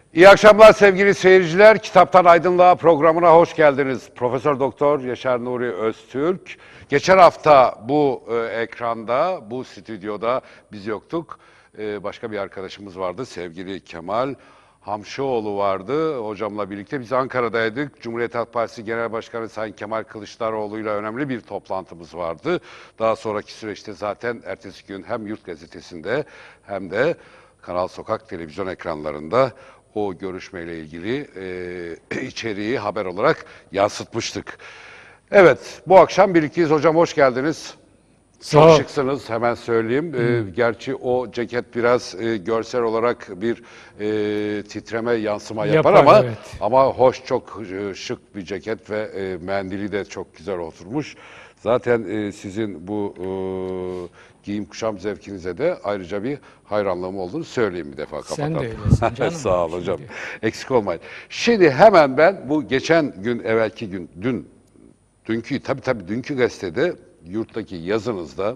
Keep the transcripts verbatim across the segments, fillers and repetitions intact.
İyi akşamlar sevgili seyirciler. Kitaptan Aydınlığa programına hoş geldiniz. Profesör Doktor Yaşar Nuri Öztürk. Geçen hafta bu e, ekranda, bu stüdyoda biz yoktuk. E, başka bir arkadaşımız vardı, sevgili Kemal Hamşoğlu vardı. Hocamla birlikte biz Ankara'daydık. Cumhuriyet Halk Partisi Genel Başkanı Sayın Kemal Kılıçdaroğlu ile önemli bir toplantımız vardı. Daha sonraki süreçte zaten ertesi gün hem Yurt Gazetesi'nde hem de Kanal Sokak televizyon ekranlarında o görüşmeyle ilgili e, içeriği haber olarak yansıtmıştık. Evet, bu akşam birlikteyiz. Hocam hoş geldiniz. Çok şıksınız, hemen söyleyeyim. Hmm. E, gerçi o ceket biraz e, görsel olarak bir e, titreme, yansıma yapar, yapar ama evet. ama hoş, çok e, şık bir ceket ve e, mendili de çok güzel oturmuş. Zaten e, sizin bu e, giyim kuşam zevkinize de ayrıca bir hayranlığım olduğunu söyleyeyim bir defa kapatalım. Sen de öylesin canım. Sağ ol hocam. Şimdi. Eksik olmayın. Şimdi hemen ben bu geçen gün, evvelki gün, dün, dünkü, tabii tabii dünkü gazetede, yurttaki yazınızda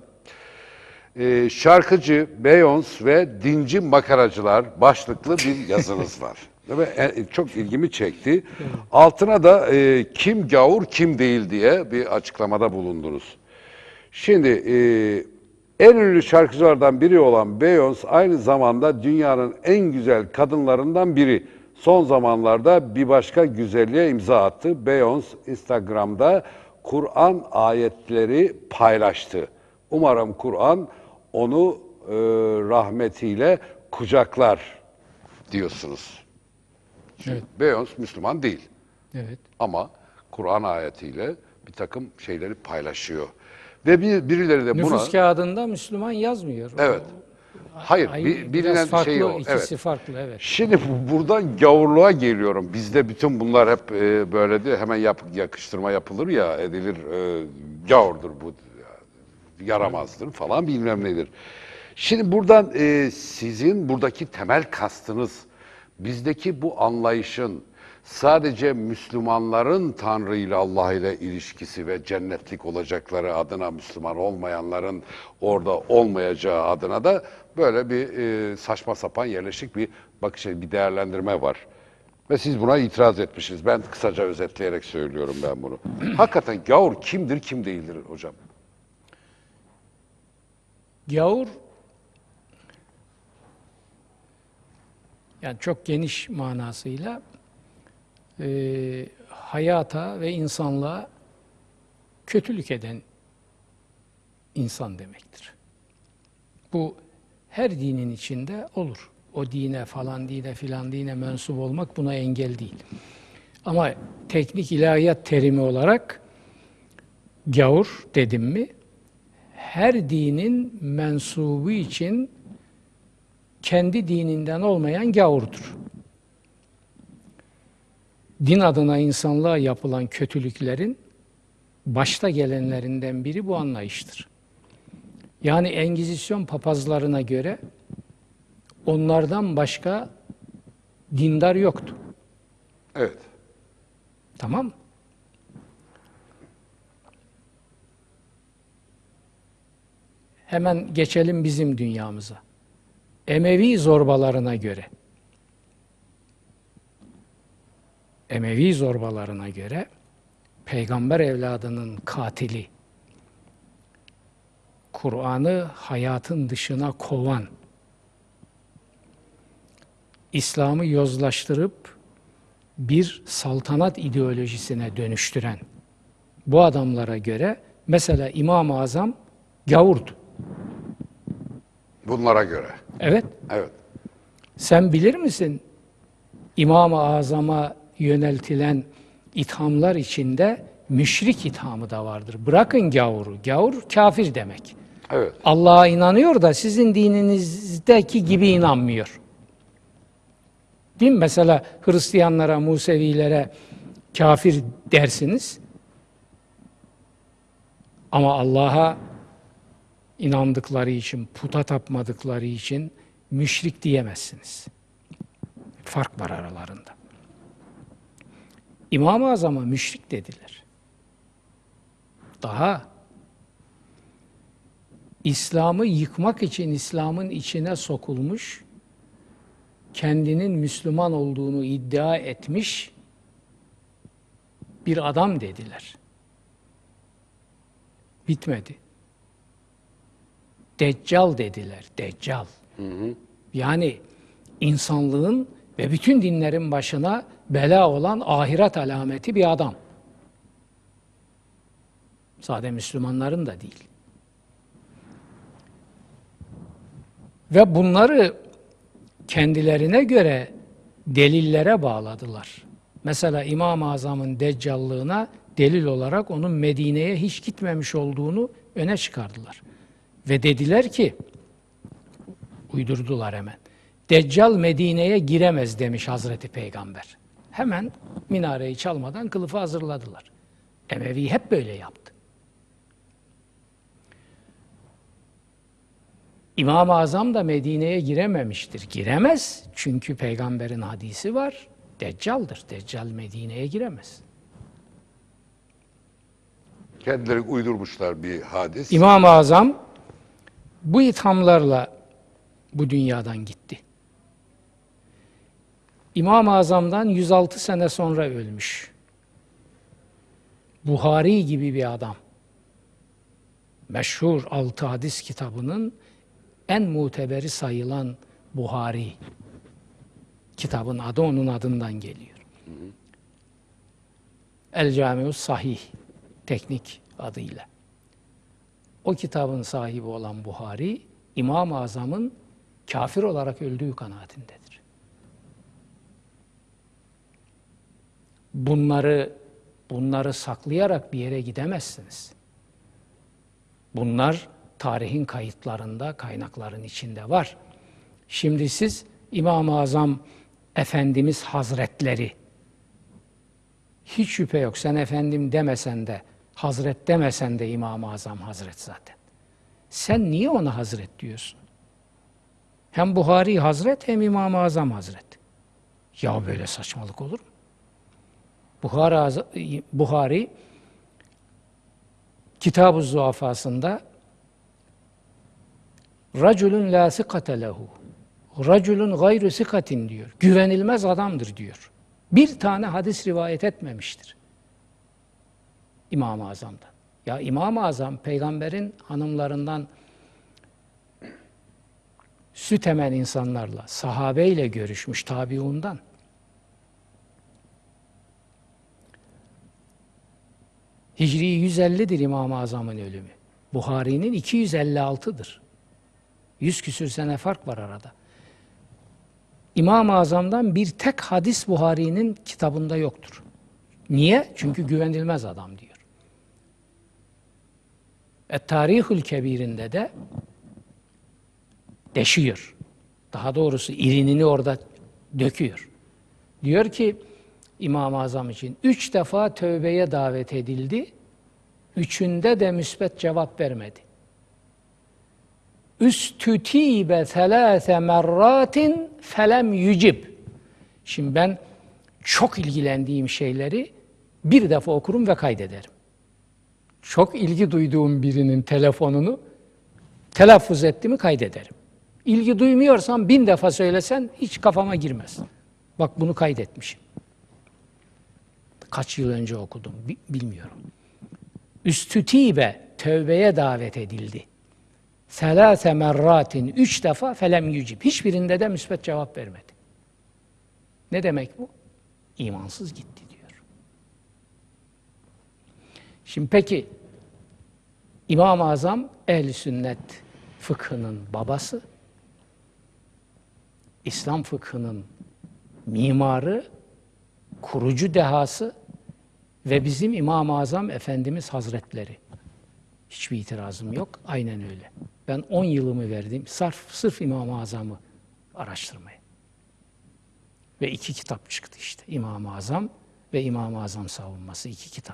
e, şarkıcı, Beyoncé ve dinci makaracılar başlıklı bir yazınız var. Ve çok ilgimi çekti. Altına da e, kim gavur kim değil diye bir açıklamada bulundunuz. Şimdi e, en ünlü şarkıcılardan biri olan Beyoncé aynı zamanda dünyanın en güzel kadınlarından biri. Son zamanlarda bir başka güzelliğe imza attı. Beyoncé Instagram'da Kur'an ayetleri paylaştı. Umarım Kur'an onu e, rahmetiyle kucaklar diyorsunuz. Evet. Beyoncé Müslüman değil. Evet. Ama Kur'an ayetiyle bir takım şeyleri paylaşıyor. Ve bir, birileri de nüfus buna... Nüfus kağıdında Müslüman yazmıyor. Evet. Hayır, Ay, bir, bilinen farklı, şey o. İkisi evet. farklı, evet. Şimdi buradan gavurluğa geliyorum. Bizde bütün bunlar hep e, böyle de hemen yap, yakıştırma yapılır ya, edilir. E, gavurdur bu, yaramazdır falan bilmem nedir. Şimdi buradan e, sizin buradaki temel kastınız, bizdeki bu anlayışın sadece Müslümanların Tanrı ile, Allah ile ilişkisi ve cennetlik olacakları adına, Müslüman olmayanların orada olmayacağı adına da böyle bir e, saçma sapan yerleşik bir bakış, bir değerlendirme var. Ve siz buna itiraz etmişsiniz. Ben kısaca özetleyerek söylüyorum ben bunu. Hakikaten gavur kimdir, kim değildir hocam? Gavur, yani çok geniş manasıyla e, hayata ve insanlığa kötülük eden insan demektir. Bu her dinin içinde olur. O dine, falan dine, filan dine mensup olmak buna engel değil. Ama teknik ilahiyat terimi olarak gavur dedim mi, her dinin mensubu için kendi dininden olmayan gavurdur. Din adına insanlığa yapılan kötülüklerin başta gelenlerinden biri bu anlayıştır. Yani Engizisyon papazlarına göre onlardan başka dindar yoktu. Evet. Tamam mı? Hemen geçelim bizim dünyamıza. Emevi zorbalarına göre, Emevi zorbalarına göre peygamber evladının katili, Kur'an'ı hayatın dışına kovan, İslam'ı yozlaştırıp bir saltanat ideolojisine dönüştüren bu adamlara göre mesela İmam-ı Azam gavurdu. Bunlara göre. Evet. Evet. Sen bilir misin İmam-ı Azam'a yöneltilen ithamlar içinde müşrik ithamı da vardır. Bırakın gavuru. Gavur kafir demek. Evet. Allah'a inanıyor da sizin dininizdeki gibi inanmıyor. Değil mi? Mesela Hristiyanlara, Musevilere kafir dersiniz. Ama Allah'a inandıkları için, puta tapmadıkları için müşrik diyemezsiniz. Fark var aralarında. İmam-ı Azam'a müşrik dediler. Daha İslam'ı yıkmak için İslam'ın içine sokulmuş kendinin Müslüman olduğunu iddia etmiş bir adam dediler. Bitmedi. Deccal dediler, Deccal. Hı hı. Yani insanlığın ve bütün dinlerin başına bela olan ahiret alameti bir adam. Sadece Müslümanların da değil. Ve bunları kendilerine göre delillere bağladılar. Mesela İmam-ı Azam'ın deccallığına delil olarak onun Medine'ye hiç gitmemiş olduğunu öne çıkardılar. Ve dediler ki, uydurdular hemen, Deccal Medine'ye giremez demiş Hazreti Peygamber. Hemen minareyi çalmadan kılıfı hazırladılar. Emevi hep böyle yaptı. İmam-ı Azam da Medine'ye girememiştir. Giremez çünkü peygamberin hadisi var. Deccal'dır. Deccal Medine'ye giremez. Kendileri uydurmuşlar bir hadis. İmam-ı Azam bu ithamlarla bu dünyadan gitti. İmam-ı Azam'dan yüz altı sene sonra ölmüş. Buhari gibi bir adam. Meşhur altı hadis kitabının en muteberi sayılan Buhari. Kitabın adı onun adından geliyor. El Camius Sahih teknik adıyla. O kitabın sahibi olan Buhari, İmam-ı Azam'ın kafir olarak öldüğü kanaatindedir. Bunları bunları saklayarak bir yere gidemezsiniz. Bunlar tarihin kayıtlarında, kaynakların içinde var. Şimdi siz İmam-ı Azam Efendimiz Hazretleri, hiç şüphe yok sen efendim demesen de, Hazret demesen de İmam-ı Azam Hazret zaten. Sen niye ona Hazret diyorsun? Hem Buhari Hazret hem İmam-ı Azam Hazret. Ya böyle saçmalık olur mu? Buhari, Buhari Kitab-ı Zuafasında Raculun la sikate lehu. Raculun gayru sikatin diyor. Güvenilmez adamdır diyor. Bir tane hadis rivayet etmemiştir İmam-ı Azam'dan. Ya İmam-ı Azam peygamberin hanımlarından süt emen insanlarla, sahabeyle görüşmüş, tabiundan. Hicri yüz ellidir İmam-ı Azam'ın ölümü. Buhari'nin iki yüz elli altıdır. Yüz küsür sene fark var arada. İmam-ı Azam'dan bir tek hadis Buhari'nin kitabında yoktur. Niye? Çünkü güvenilmez adam diyor. Et-Tarihül Kebir'inde de deşiyor. Daha doğrusu irinini orada döküyor. Diyor ki İmam-ı Azam için üç defa tövbeye davet edildi. Üçünde de müsbet cevap vermedi. Üstütibe selâse merratin felem yücib. Şimdi ben çok ilgilendiğim şeyleri bir defa okurum ve kaydederim. Çok ilgi duyduğum birinin telefonunu telaffuz etti mi kaydederim. İlgi duymuyorsam bin defa söylesen hiç kafama girmez. Bak bunu kaydetmişim. Kaç yıl önce okudum bilmiyorum. Üstütibe tövbeye davet edildi. Selâse merratin üç defa felem yücib. Hiçbirinde de müsbet cevap vermedi. Ne demek bu? İmansız gitti diyor. Şimdi peki İmam-ı Azam ehl-i sünnet fıkhının babası, İslam fıkhının mimarı, kurucu dehası ve bizim İmam-ı Azam Efendimiz Hazretleri. Hiçbir itirazım yok. Aynen öyle. Ben on yılımı verdim sırf, sırf İmam-ı Azam'ı araştırmaya. Ve iki kitap çıktı işte. İmam-ı Azam ve İmam-ı Azam savunması. iki kitap.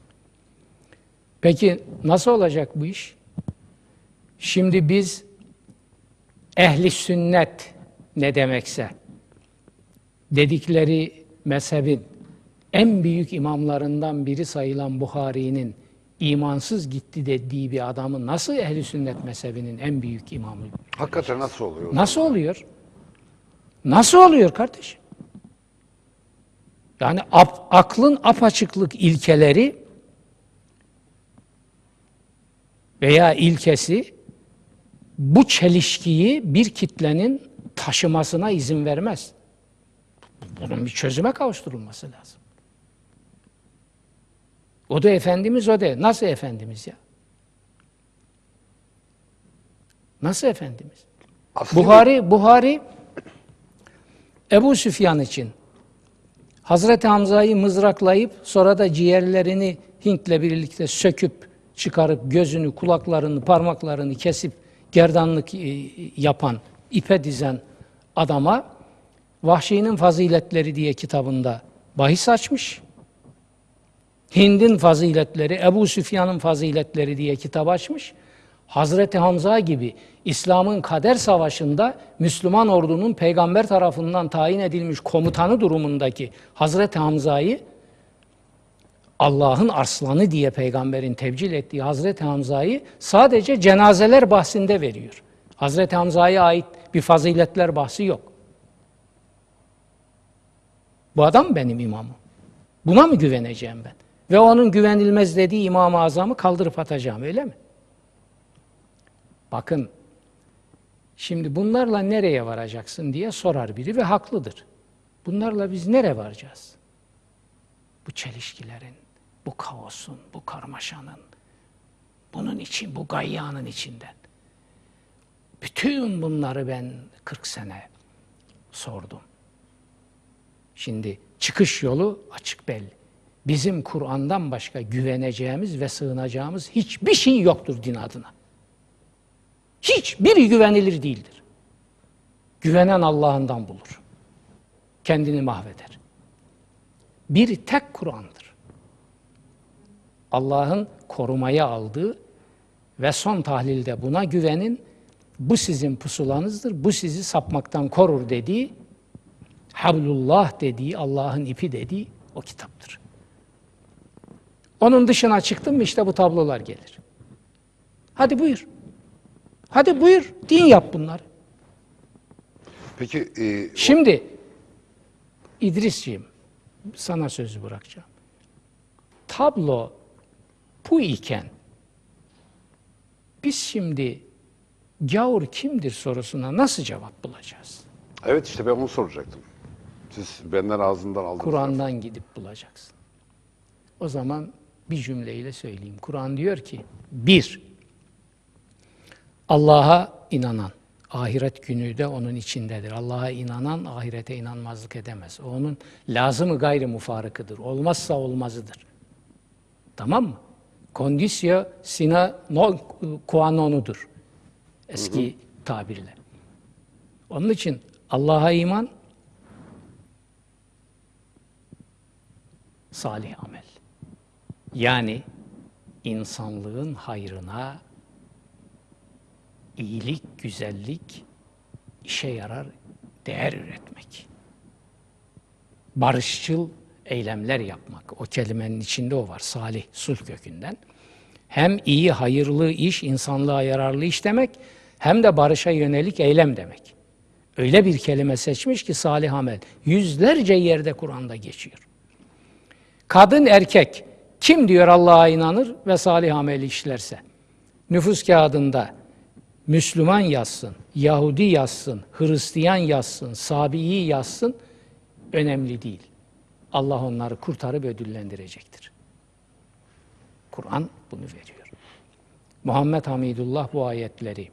Peki nasıl olacak bu iş? Şimdi biz ehli sünnet ne demekse dedikleri mezhebin en büyük imamlarından biri sayılan Buhari'nin imansız gitti dediği bir adamı nasıl ehli sünnet mezhebinin en büyük imamı? Hakikaten nasıl oluyor? Nasıl oluyor? Nasıl oluyor kardeşim? Yani ap, aklın apaçıklık ilkeleri veya ilkesi bu çelişkiyi bir kitlenin taşımasına izin vermez. Bunun bir çözüme kavuşturulması lazım. O da Efendimiz, o da. Nasıl Efendimiz ya? Nasıl Efendimiz? Aslında Buhari, Buhari Ebu Süfyan için Hazreti Hamza'yı mızraklayıp sonra da ciğerlerini Hint'le birlikte söküp çıkarıp gözünü, kulaklarını, parmaklarını kesip gerdanlık yapan, ipe dizen adama Vahşi'nin Faziletleri diye kitabında bahis açmış. Hind'in faziletleri, Ebu Süfyan'ın faziletleri diye kitap açmış. Hazreti Hamza gibi İslam'ın kader savaşında Müslüman ordunun peygamber tarafından tayin edilmiş komutanı durumundaki Hazreti Hamza'yı, Allah'ın arslanı diye peygamberin tebcil ettiği Hazreti Hamza'yı sadece cenazeler bahsinde veriyor. Hazreti Hamza'ya ait bir faziletler bahsi yok. Bu adam benim imamım. Buna mı güveneceğim ben? Ve onun güvenilmez dediği İmam-ı Azam'ı kaldırıp atacağım, öyle mi? Bakın, şimdi bunlarla nereye varacaksın diye sorar biri ve haklıdır. Bunlarla biz nereye varacağız? Bu çelişkilerin, bu kaosun, bu karmaşanın, bunun için, bu gayyanın içinden. Bütün bunları ben kırk sene sordum. Şimdi çıkış yolu açık belli. Bizim Kur'an'dan başka güveneceğimiz ve sığınacağımız hiçbir şey yoktur din adına. Hiçbiri güvenilir değildir. Güvenen Allah'ından bulur. Kendini mahveder. Bir tek Kur'an'dır. Allah'ın korumaya aldığı ve son tahlilde buna güvenin, bu sizin pusulanızdır, bu sizi sapmaktan korur dediği, Hablullah dediği, Allah'ın ipi dediği o kitaptır. Onun dışına çıktın mı işte bu tablolar gelir. Hadi buyur. Hadi buyur, din yap bunları. Peki e, Şimdi İdrisciğim, sana sözü bırakacağım. Tablo bu iken biz şimdi gavur kimdir sorusuna nasıl cevap bulacağız? evet işte ben onu soracaktım. Siz benden ağzından aldınız. Kur'an'dan gidip bulacaksın. O zaman bir cümleyle söyleyeyim. Kur'an diyor ki, bir, Allah'a inanan, ahiret günü de onun içindedir. Allah'a inanan, ahirete inanmazlık edemez. O onun lazımı gayri mufarıkıdır. Olmazsa olmazıdır. Tamam mı? Conditio sine qua non'udur. Eski hı hı. tabirle. Onun için Allah'a iman, salih amel. Yani insanlığın hayrına iyilik, güzellik, işe yarar, değer üretmek. Barışçıl eylemler yapmak. O kelimenin içinde o var. Salih, sulh kökünden. Hem iyi, hayırlı iş, insanlığa yararlı iş demek, hem de barışa yönelik eylem demek. Öyle bir kelime seçmiş ki salih amel. Yüzlerce yerde Kur'an'da geçiyor. Kadın, erkek, kim diyor Allah'a inanır ve salih amel işlerse? Nüfus kağıdında Müslüman yazsın, Yahudi yazsın, Hristiyan yazsın, Sabi'i yazsın, önemli değil. Allah onları kurtarıp ödüllendirecektir. Kur'an bunu veriyor. Muhammed Hamidullah bu ayetleri,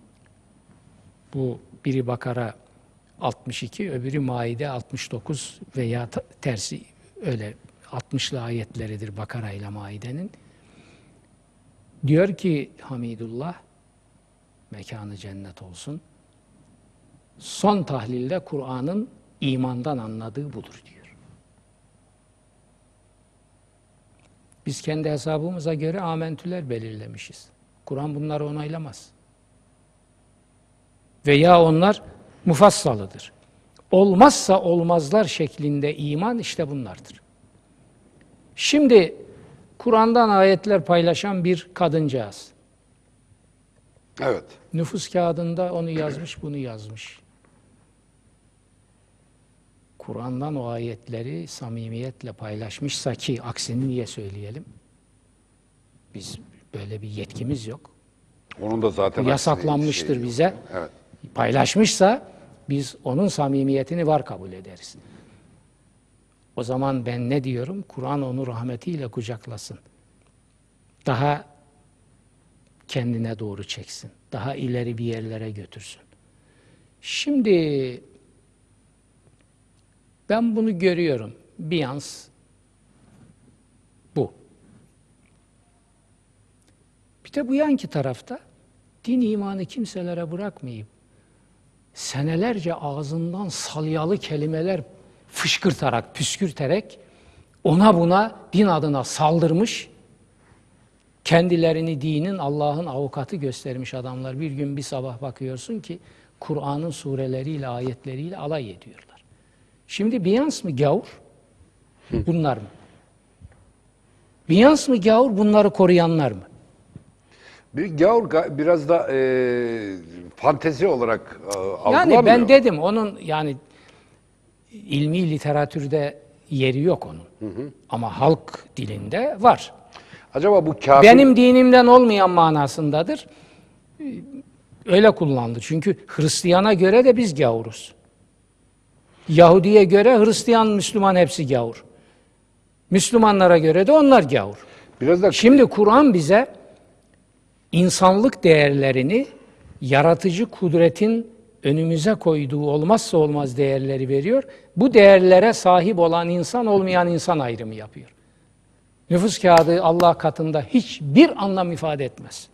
bu biri Bakara altmış iki, öbürü Maide altmış dokuz veya tersi öyle altmışlı ayetleridir Bakara ile Maide'nin. Diyor ki Hamidullah, mekanı cennet olsun, son tahlilde Kur'an'ın imandan anladığı budur diyor. Biz kendi hesabımıza göre amentüler belirlemişiz. Kur'an bunları onaylamaz. Veya onlar mufassalıdır. Olmazsa olmazlar şeklinde iman işte bunlardır. Şimdi Kur'an'dan ayetler paylaşan bir kadıncağız. Evet. Nüfus kağıdında onu yazmış, bunu yazmış. Kur'an'dan o ayetleri samimiyetle paylaşmışsa, ki aksini niye söyleyelim? Biz böyle bir yetkimiz yok. Onun da zaten Bu yasaklanmıştır şey bize. Evet. Paylaşmışsa biz onun samimiyetini var kabul ederiz. O zaman ben ne diyorum? Kur'an onu rahmetiyle kucaklasın. Daha kendine doğru çeksin. Daha ileri bir yerlere götürsün. Şimdi ben bunu görüyorum. Biyans bu. Bir de bu yanki tarafta din imanı kimselere bırakmayıp senelerce ağzından salyalı kelimeler fışkırtarak, püskürterek ona buna din adına saldırmış, kendilerini dinin, Allah'ın avukatı göstermiş adamlar. Bir gün bir sabah bakıyorsun ki Kur'an'ın sureleriyle, ayetleriyle alay ediyorlar. Şimdi Biyans mı gavur? Bunlar mı? Biyans mı gavur? Bunları koruyanlar mı? Bir gavur ga- biraz da e, fantezi olarak e, algılanmıyor. Yani ben dedim onun, yani ilmi literatürde yeri yok onun. Hı hı. Ama halk dilinde var. Acaba bu kafir... Benim dinimden olmayan manasındadır. Öyle kullandı. Çünkü Hristiyana göre de biz gavuruz. Yahudi'ye göre Hristiyan, Müslüman hepsi gavur. Müslümanlara göre de onlar gavur. Biraz da... Şimdi Kur'an bize insanlık değerlerini, yaratıcı kudretin önümüze koyduğu olmazsa olmaz değerleri veriyor. Bu değerlere sahip olan insan, olmayan insan ayrımı yapıyor. Nüfus kağıdı Allah katında hiçbir anlam ifade etmez.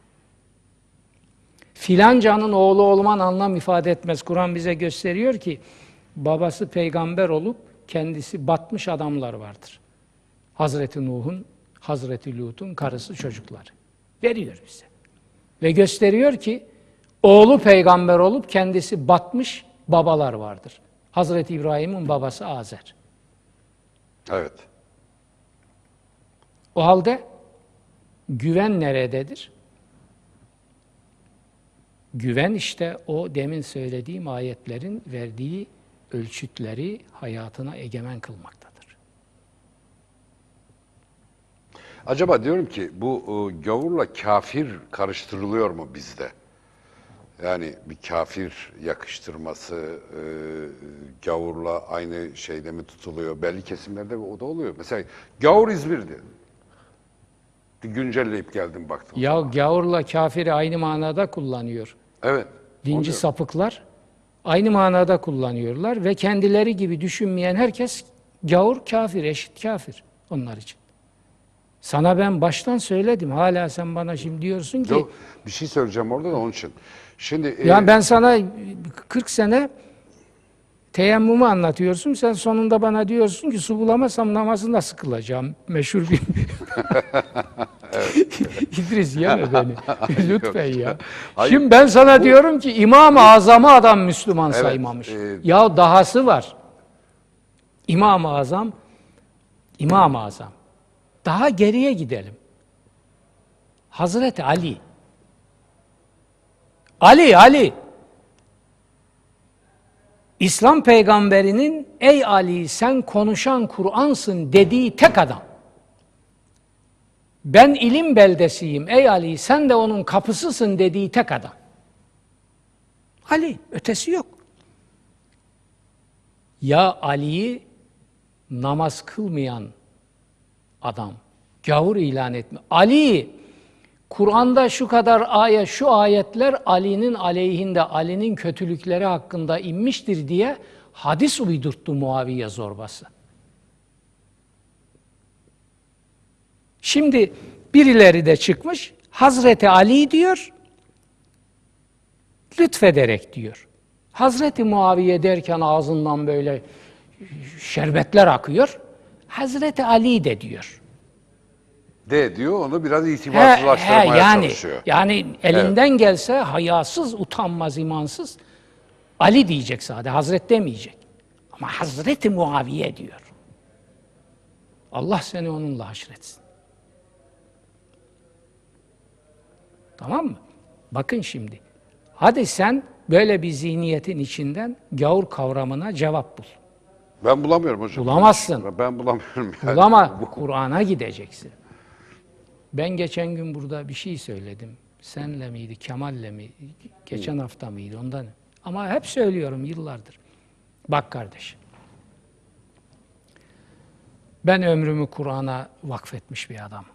Filancanın oğlu olman anlam ifade etmez. Kur'an bize gösteriyor ki babası peygamber olup kendisi batmış adamlar vardır. Hazreti Nuh'un, Hazreti Lut'un karısı, çocukları. Veriyor bize. Ve gösteriyor ki oğlu peygamber olup kendisi batmış babalar vardır. Hazreti İbrahim'in babası Azer. Evet. O halde güven nerededir? Güven işte o demin söylediğim ayetlerin verdiği ölçütleri hayatına egemen kılmaktadır. Acaba diyorum ki bu e, gavurla kafir karıştırılıyor mu bizde? Yani bir kafir yakıştırması e, gavurla aynı şeyde mi tutuluyor? Belli kesimlerde o da oluyor. Mesela gavur İzmir'di. Bir güncelleyip geldim baktım. Ya gavurla kafiri aynı manada kullanıyor. Evet. Dinci oluyor. sapıklar aynı manada kullanıyorlar ve kendileri gibi düşünmeyen herkes gavur, kafir, eşit kafir onlar için. Sana ben baştan söyledim. Hala sen bana şimdi diyorsun ki... Yok, bir şey söyleyeceğim orada da onun için. Şimdi Ya e, ben sana kırk sene teyemmümü anlatıyorsun. Sen sonunda bana diyorsun ki su bulamazsam namazı nasıl kılacağım? Meşhur bir... İdris yeme beni. Lütfen ya. Hayır, Şimdi ben sana bu- diyorum ki İmam-ı Azam'ı adam Müslüman Evet, saymamış. e- Ya dahası var. İmam-ı Azam, İmam-ı Azam. Daha geriye gidelim. Hazreti Ali. Ali, Ali. İslam peygamberinin ey Ali sen konuşan Kur'ansın dediği tek adam. Ben ilim beldesiyim ey Ali sen de onun kapısısın dediği tek adam. Ali, ötesi yok. Ya Ali'yi namaz kılmayan adam, gavur ilan etme. Ali, Kur'an'da şu kadar ayet, şu ayetler Ali'nin aleyhinde, Ali'nin kötülükleri hakkında inmiştir diye hadis uydurttu Muaviye zorbası. Şimdi birileri de çıkmış, Hazreti Ali diyor, lütfederek diyor. Hazreti Muaviye derken ağzından böyle şerbetler akıyor, Hazreti Ali de diyor. de diyor onu biraz He, itibarsızlaştırmaya he, yani, çalışıyor. yani elinden gelse hayasız, utanmaz, imansız Ali diyecek sadece, Hazret demeyecek. Ama Hazreti Muaviye diyor. Allah seni onunla haşretsin. Tamam mı? Bakın şimdi. Hadi sen böyle bir zihniyetin içinden gavur kavramına cevap bul. Ben bulamıyorum hocam. Bulamazsın. Ben bulamıyorum. Yani. Bulama, Kur'an'a gideceksin. Ben geçen gün burada bir şey söyledim. Senle miydi, Kemal'le mi? Geçen hafta mıydı ondan? Ama hep söylüyorum yıllardır. Bak kardeş. Ben ömrümü Kur'an'a vakfetmiş bir adamım.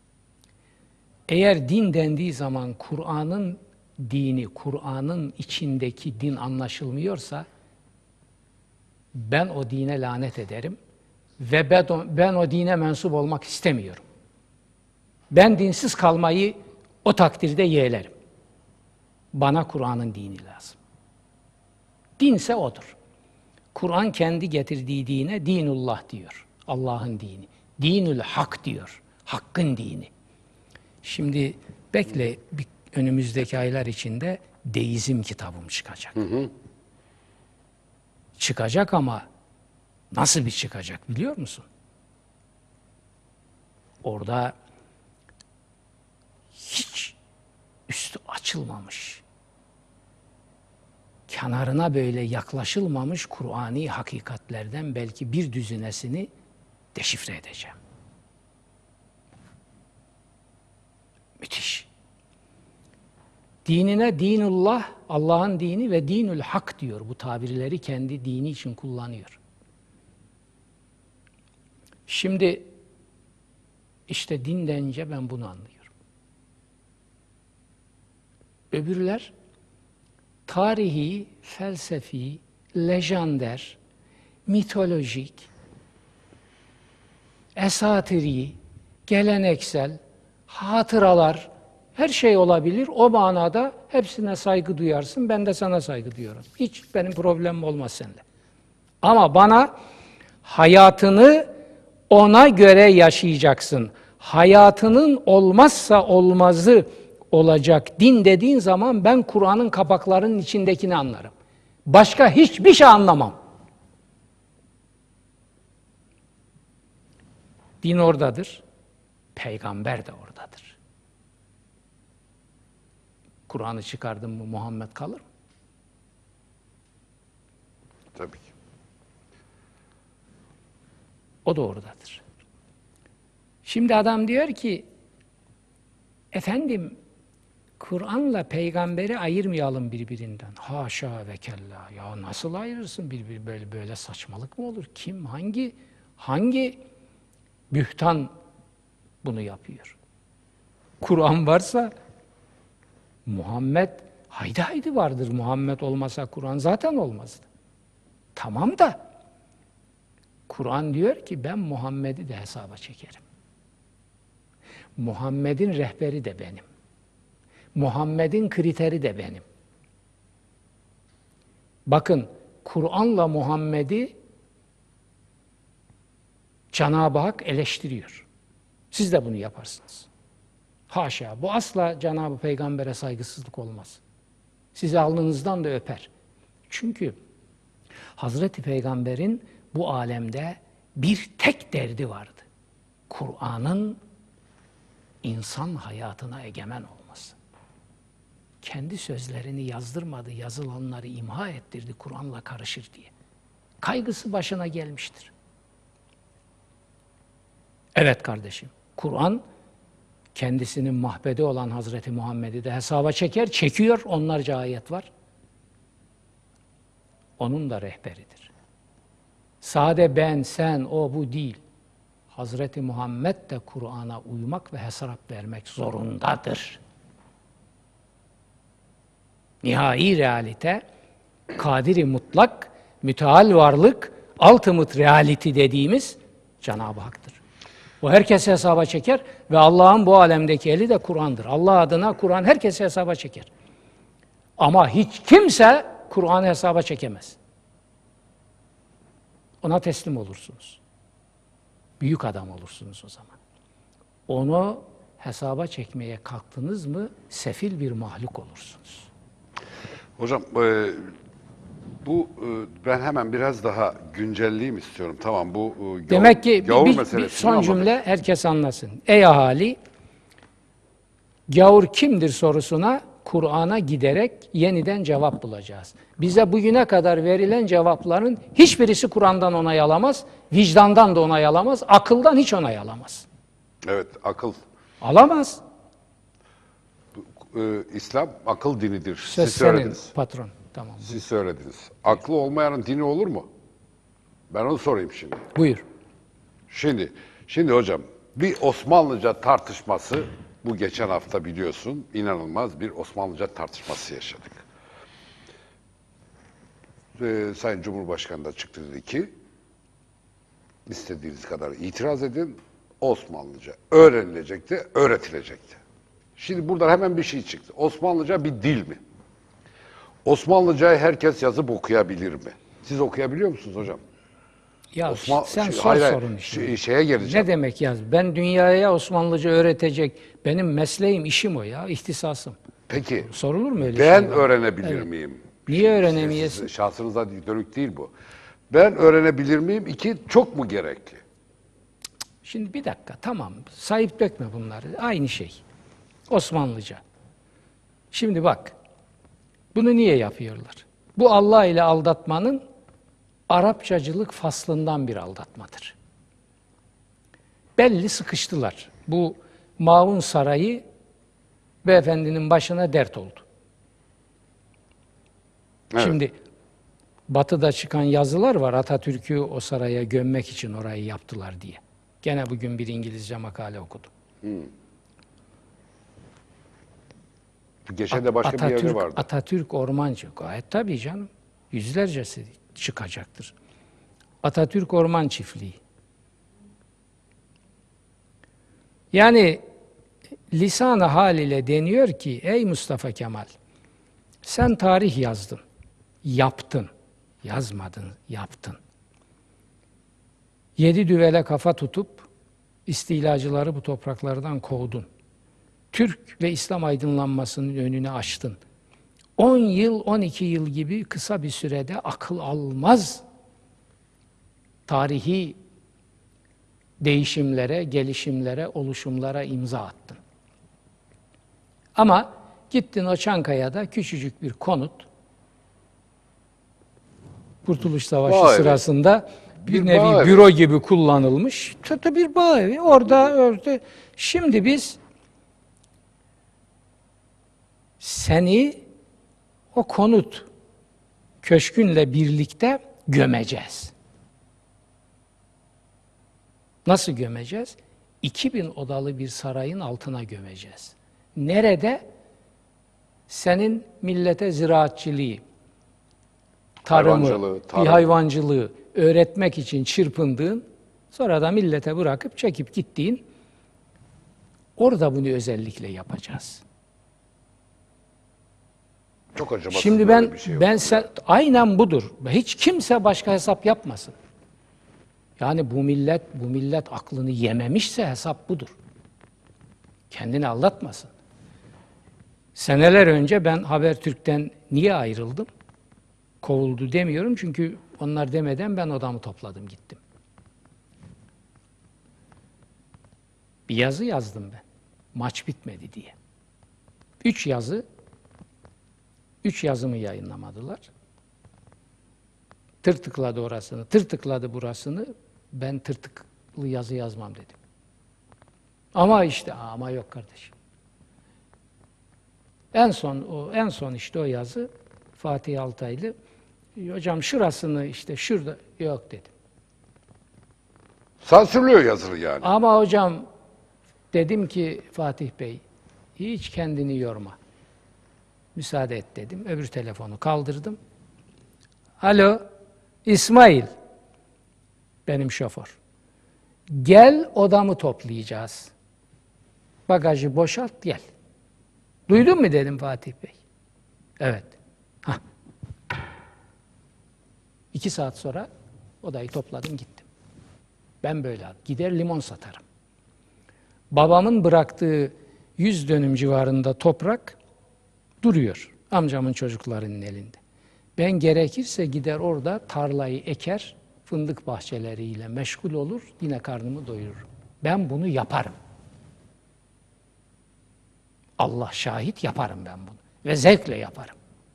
Eğer din dendiği zaman Kur'an'ın dini, Kur'an'ın içindeki din anlaşılmıyorsa ben o dine lanet ederim ve ben o, ben o dine mensup olmak istemiyorum. Ben dinsiz kalmayı o takdirde yeğlerim. Bana Kur'an'ın dini lazım. Dinse odur. Kur'an kendi getirdiği dine dinullah diyor. Allah'ın dini. Dinül hak diyor. Hakkın dini. Şimdi bekle, bir, önümüzdeki aylar içinde deizm kitabım çıkacak. Hı hı. Çıkacak ama nasıl bir çıkacak biliyor musun? Orada hiç üstü açılmamış, kenarına böyle yaklaşılmamış Kur'ani hakikatlerden belki bir düzinesini deşifre edeceğim. Müthiş. Dinine dinullah, Allah'ın dini ve dinül hak diyor. Bu tabirleri kendi dini için kullanıyor. Şimdi işte din denince ben bunu anlıyorum. Öbürler tarihi, felsefi, lejender, mitolojik, esatiri, geleneksel, hatıralar, her şey olabilir. O manada hepsine saygı duyarsın. Ben de sana saygı duyuyorum. Hiç benim problemim olmaz seninle. Ama bana hayatını ona göre yaşayacaksın. Hayatının olmazsa olmazı olacak din dediğin zaman ben Kur'an'ın kapaklarının içindekini anlarım. Başka hiçbir şey anlamam. Din oradadır. Peygamber de oradadır. Kur'an'ı çıkardın mı Muhammed kalır mı? Tabii ki. O da oradadır. Şimdi adam diyor ki, efendim Kur'an'la peygamberi ayırmayalım birbirinden. Haşa ve kella. Ya nasıl ayırırsın birbiri böyle böyle saçmalık mı olur? Kim, hangi hangi bühtan bunu yapıyor? Kur'an varsa Muhammed haydi haydi vardır. Muhammed olmasa Kur'an zaten olmazdı. Tamam da Kur'an diyor ki ben Muhammed'i de hesaba çekerim. Muhammed'in rehberi de benim. Muhammed'in kriteri de benim. Bakın Kur'an'la Muhammed'i Cenab-ı Hak eleştiriyor. Siz de bunu yaparsınız. Haşa, bu asla Cenab-ı Peygamber'e saygısızlık olmaz. Sizi alnınızdan da öper. Çünkü Hazreti Peygamber'in bu alemde bir tek derdi vardı. Kur'an'ın insan hayatına egemen olması. Kendi sözlerini yazdırmadı, yazılanları imha ettirdi Kur'an'la karışır diye. Kaygısı başına gelmiştir. Evet kardeşim, Kur'an kendisinin mahbedi olan Hazreti Muhammed'i de hesaba çeker, çekiyor, onlarca ayet var. Onun da rehberidir. Sade ben, sen, o, bu değil. Hazreti Muhammed de Kur'an'a uymak ve hesap vermek zorundadır. Nihai realite, kadiri mutlak, müteal varlık, ultimate reality dediğimiz Cenab-ı Hak'tır. O herkesi hesaba çeker ve Allah'ın bu alemdeki eli de Kur'an'dır. Allah adına Kur'an herkesi hesaba çeker. Ama hiç kimse Kur'an'ı hesaba çekemez. Ona teslim olursunuz. Büyük adam olursunuz o zaman. Onu hesaba çekmeye kalktınız mı sefil bir mahluk olursunuz. Hocam e, bu e, ben hemen biraz daha güncelleyeyim istiyorum. Tamam bu e, gavur, Demek ki gavur bir, bir meselesini son anladık. cümle herkes anlasın. Ey ahali, gavur kimdir sorusuna Kur'an'a giderek yeniden cevap bulacağız. Bize bugüne kadar verilen cevapların hiçbirisi Kur'an'dan onay alamaz, vicdandan da onay alamaz, akıldan hiç onay alamaz. Evet, akıl. Alamaz. Ee, İslam akıl dinidir. Söz Siz senin söylediniz. patron. Tamam. Siz söylediniz. Aklı olmayanın dini olur mu? Ben onu sorayım şimdi. Buyur. Şimdi, şimdi hocam bir Osmanlıca tartışması, bu geçen hafta biliyorsun, inanılmaz bir Osmanlıca tartışması yaşadık. Ee, Sayın Cumhurbaşkanı da çıktı, dedi ki istediğiniz kadar itiraz edin, Osmanlıca öğrenilecekti, öğretilecekti. Şimdi buradan hemen bir şey çıktı. Osmanlıca bir dil mi? Osmanlıcayı herkes yazıp okuyabilir mi? Siz okuyabiliyor musunuz hocam? Ya Osman- sen şey- sor hayır, hayır, sorun işte. şey- şeye geleceğim. Ne demek yaz? Ben dünyaya Osmanlıca öğretecek, benim mesleğim, işim o ya, ihtisasım. Peki, Sorulur mu öyle ben şey? öğrenebilir Evet. miyim? Niye Şimdi öğrenemeyesin? siz- Şahsınıza dönük değil bu. Ben öğrenebilir miyim? İki, çok mu gerekli? Şimdi bir dakika, tamam. Sahip dökme bunları. Aynı şey. Osmanlıca. Şimdi bak, bunu niye yapıyorlar? Bu Allah ile aldatmanın Arapçacılık faslından bir aldatmadır. Belli sıkıştılar. Bu Maun Sarayı beyefendinin başına dert oldu. Evet. Şimdi Batı'da çıkan yazılar var, Atatürk'ü o saraya gömmek için orayı yaptılar diye. Gene bugün bir İngilizce makale okudum. Geçen de başka bir Atatürk, yerde vardı. Atatürk ormancı. Gayet tabii canım. Yüzlercesi çıkacaktır. Atatürk Orman Çiftliği. Yani lisan-ı hal ile deniyor ki, ey Mustafa Kemal, sen tarih yazdın, yaptın, yazmadın, yaptın. Yedi düvele kafa tutup istilacıları bu topraklardan kovdun. Türk ve İslam aydınlanmasının önünü açtın. on yıl, on iki yıl gibi kısa bir sürede akıl almaz tarihi değişimlere, gelişimlere, oluşumlara imza attın. Ama gittin o Çankaya'da küçücük bir konut, Kurtuluş Savaşı Bağ evi. sırasında bir, Bir nevi bağ evi. büro gibi kullanılmış. Tabii bir bağ evi. Orada, orada. Şimdi biz seni o konut köşkünle birlikte gömeceğiz. Nasıl gömeceğiz? iki bin odalı bir sarayın altına gömeceğiz. Nerede? Senin millete ziraatçiliği, tarımı, Hayvancılığı, bir tarım. hayvancılığı öğretmek için çırpındığın, sonra da millete bırakıp çekip gittiğin, orada bunu özellikle yapacağız. Çok acımasız Şimdi böyle ben bir şey yok. ben sen, aynen budur. Hiç kimse başka hesap yapmasın. Yani bu millet bu millet aklını yememişse hesap budur. Kendini aldatmasın. Seneler önce ben Habertürk'ten niye ayrıldım? Kovuldu demiyorum çünkü onlar demeden ben odamı topladım gittim. Bir yazı yazdım ben. Maç bitmedi diye. Üç yazı, üç yazımı yayınlamadılar. Tırtıkladı orasını, tırtıkladı burasını. Ben tırtıklı yazı yazmam dedim. Ama işte ama yok kardeşim. En son o en son işte o yazı Fatih Altaylı. Hocam şurasını işte şurada yok dedim. Sansürlüyor yazılı yani. Ama hocam dedim ki Fatih Bey hiç kendini yorma. Müsaade et dedim. Öbür telefonu kaldırdım. Alo İsmail. Benim şoför. Gel odamı toplayacağız. Bagajı boşalt gel. Duydun mu dedim Fatih Bey. Evet. Hah. İki saat sonra odayı topladım gittim. Ben böyle gider limon satarım. Babamın bıraktığı yüz dönüm civarında toprak duruyor. Amcamın çocuklarının elinde. Ben gerekirse gider orada tarlayı eker, fındık bahçeleriyle meşgul olur, yine karnımı doyururum. Ben bunu yaparım. Allah şahit yaparım ben bunu. Ve zevkle yaparım.